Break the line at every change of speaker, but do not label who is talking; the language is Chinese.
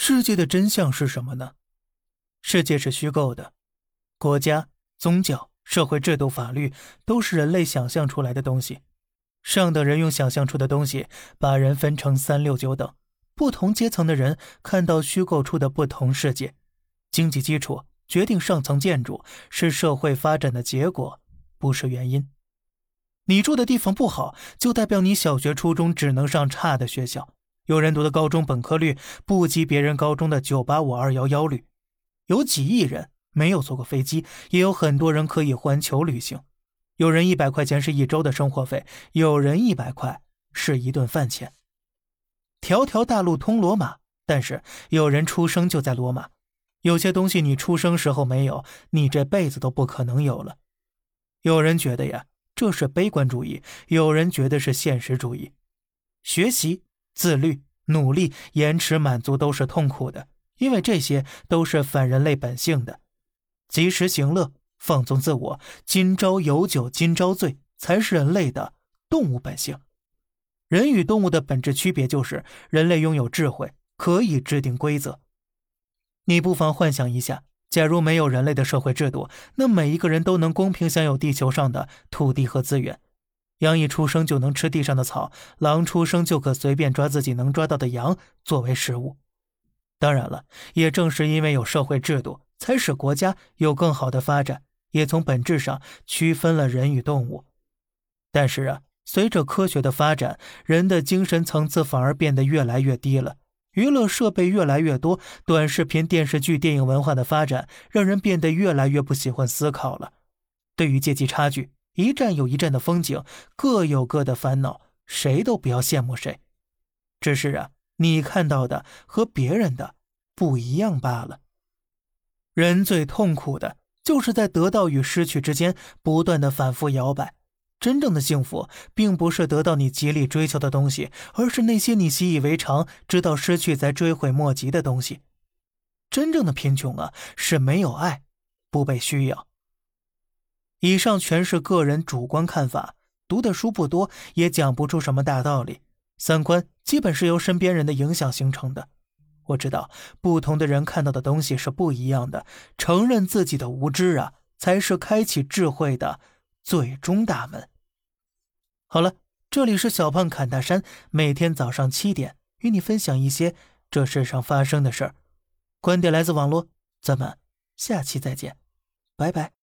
世界的真相是什么呢？世界是虚构的，国家、宗教、社会制度、法律都是人类想象出来的东西。上等人用想象出的东西把人分成三六九等，不同阶层的人看到虚构出的不同世界。经济基础决定上层建筑，是社会发展的结果，不是原因。你住的地方不好，就代表你小学初中只能上差的学校。有人读的高中本科率不及别人高中的985、211率。有几亿人没有坐过飞机，也有很多人可以环球旅行。有人100块钱是1周的生活费，有人100块是1顿饭钱。条条大路通罗马，但是有人出生就在罗马。有些东西你出生时候没有，你这辈子都不可能有了。有人觉得呀，这是悲观主义，有人觉得是现实主义。学习、自律、努力、延迟满足都是痛苦的，因为这些都是反人类本性的。及时行乐，放纵自我，今朝有酒今朝醉，才是人类的动物本性。人与动物的本质区别就是人类拥有智慧，可以制定规则。你不妨幻想一下，假如没有人类的社会制度，那每一个人都能公平享有地球上的土地和资源。羊一出生就能吃地上的草，狼出生就可随便抓自己能抓到的羊作为食物。当然了，也正是因为有社会制度，才使国家有更好的发展，也从本质上区分了人与动物。但是啊，随着科学的发展，人的精神层次反而变得越来越低了。娱乐设备越来越多，短视频、电视剧、电影文化的发展，让人变得越来越不喜欢思考了。对于阶级差距，一站有一站的风景，各有各的烦恼，谁都不要羡慕谁。只是啊，你看到的和别人的不一样罢了。人最痛苦的就是在得到与失去之间不断的反复摇摆。真正的幸福并不是得到你极力追求的东西，而是那些你习以为常，直到失去才追悔莫及的东西。真正的贫穷啊，是没有爱，不被需要。以上全是个人主观看法，读的书不多，也讲不出什么大道理。三观基本是由身边人的影响形成的。我知道不同的人看到的东西是不一样的，承认自己的无知啊，才是开启智慧的最终大门。好了，这里是小胖侃大山，每天早上7点与你分享一些这世上发生的事儿。观点来自网络，咱们下期再见，拜拜。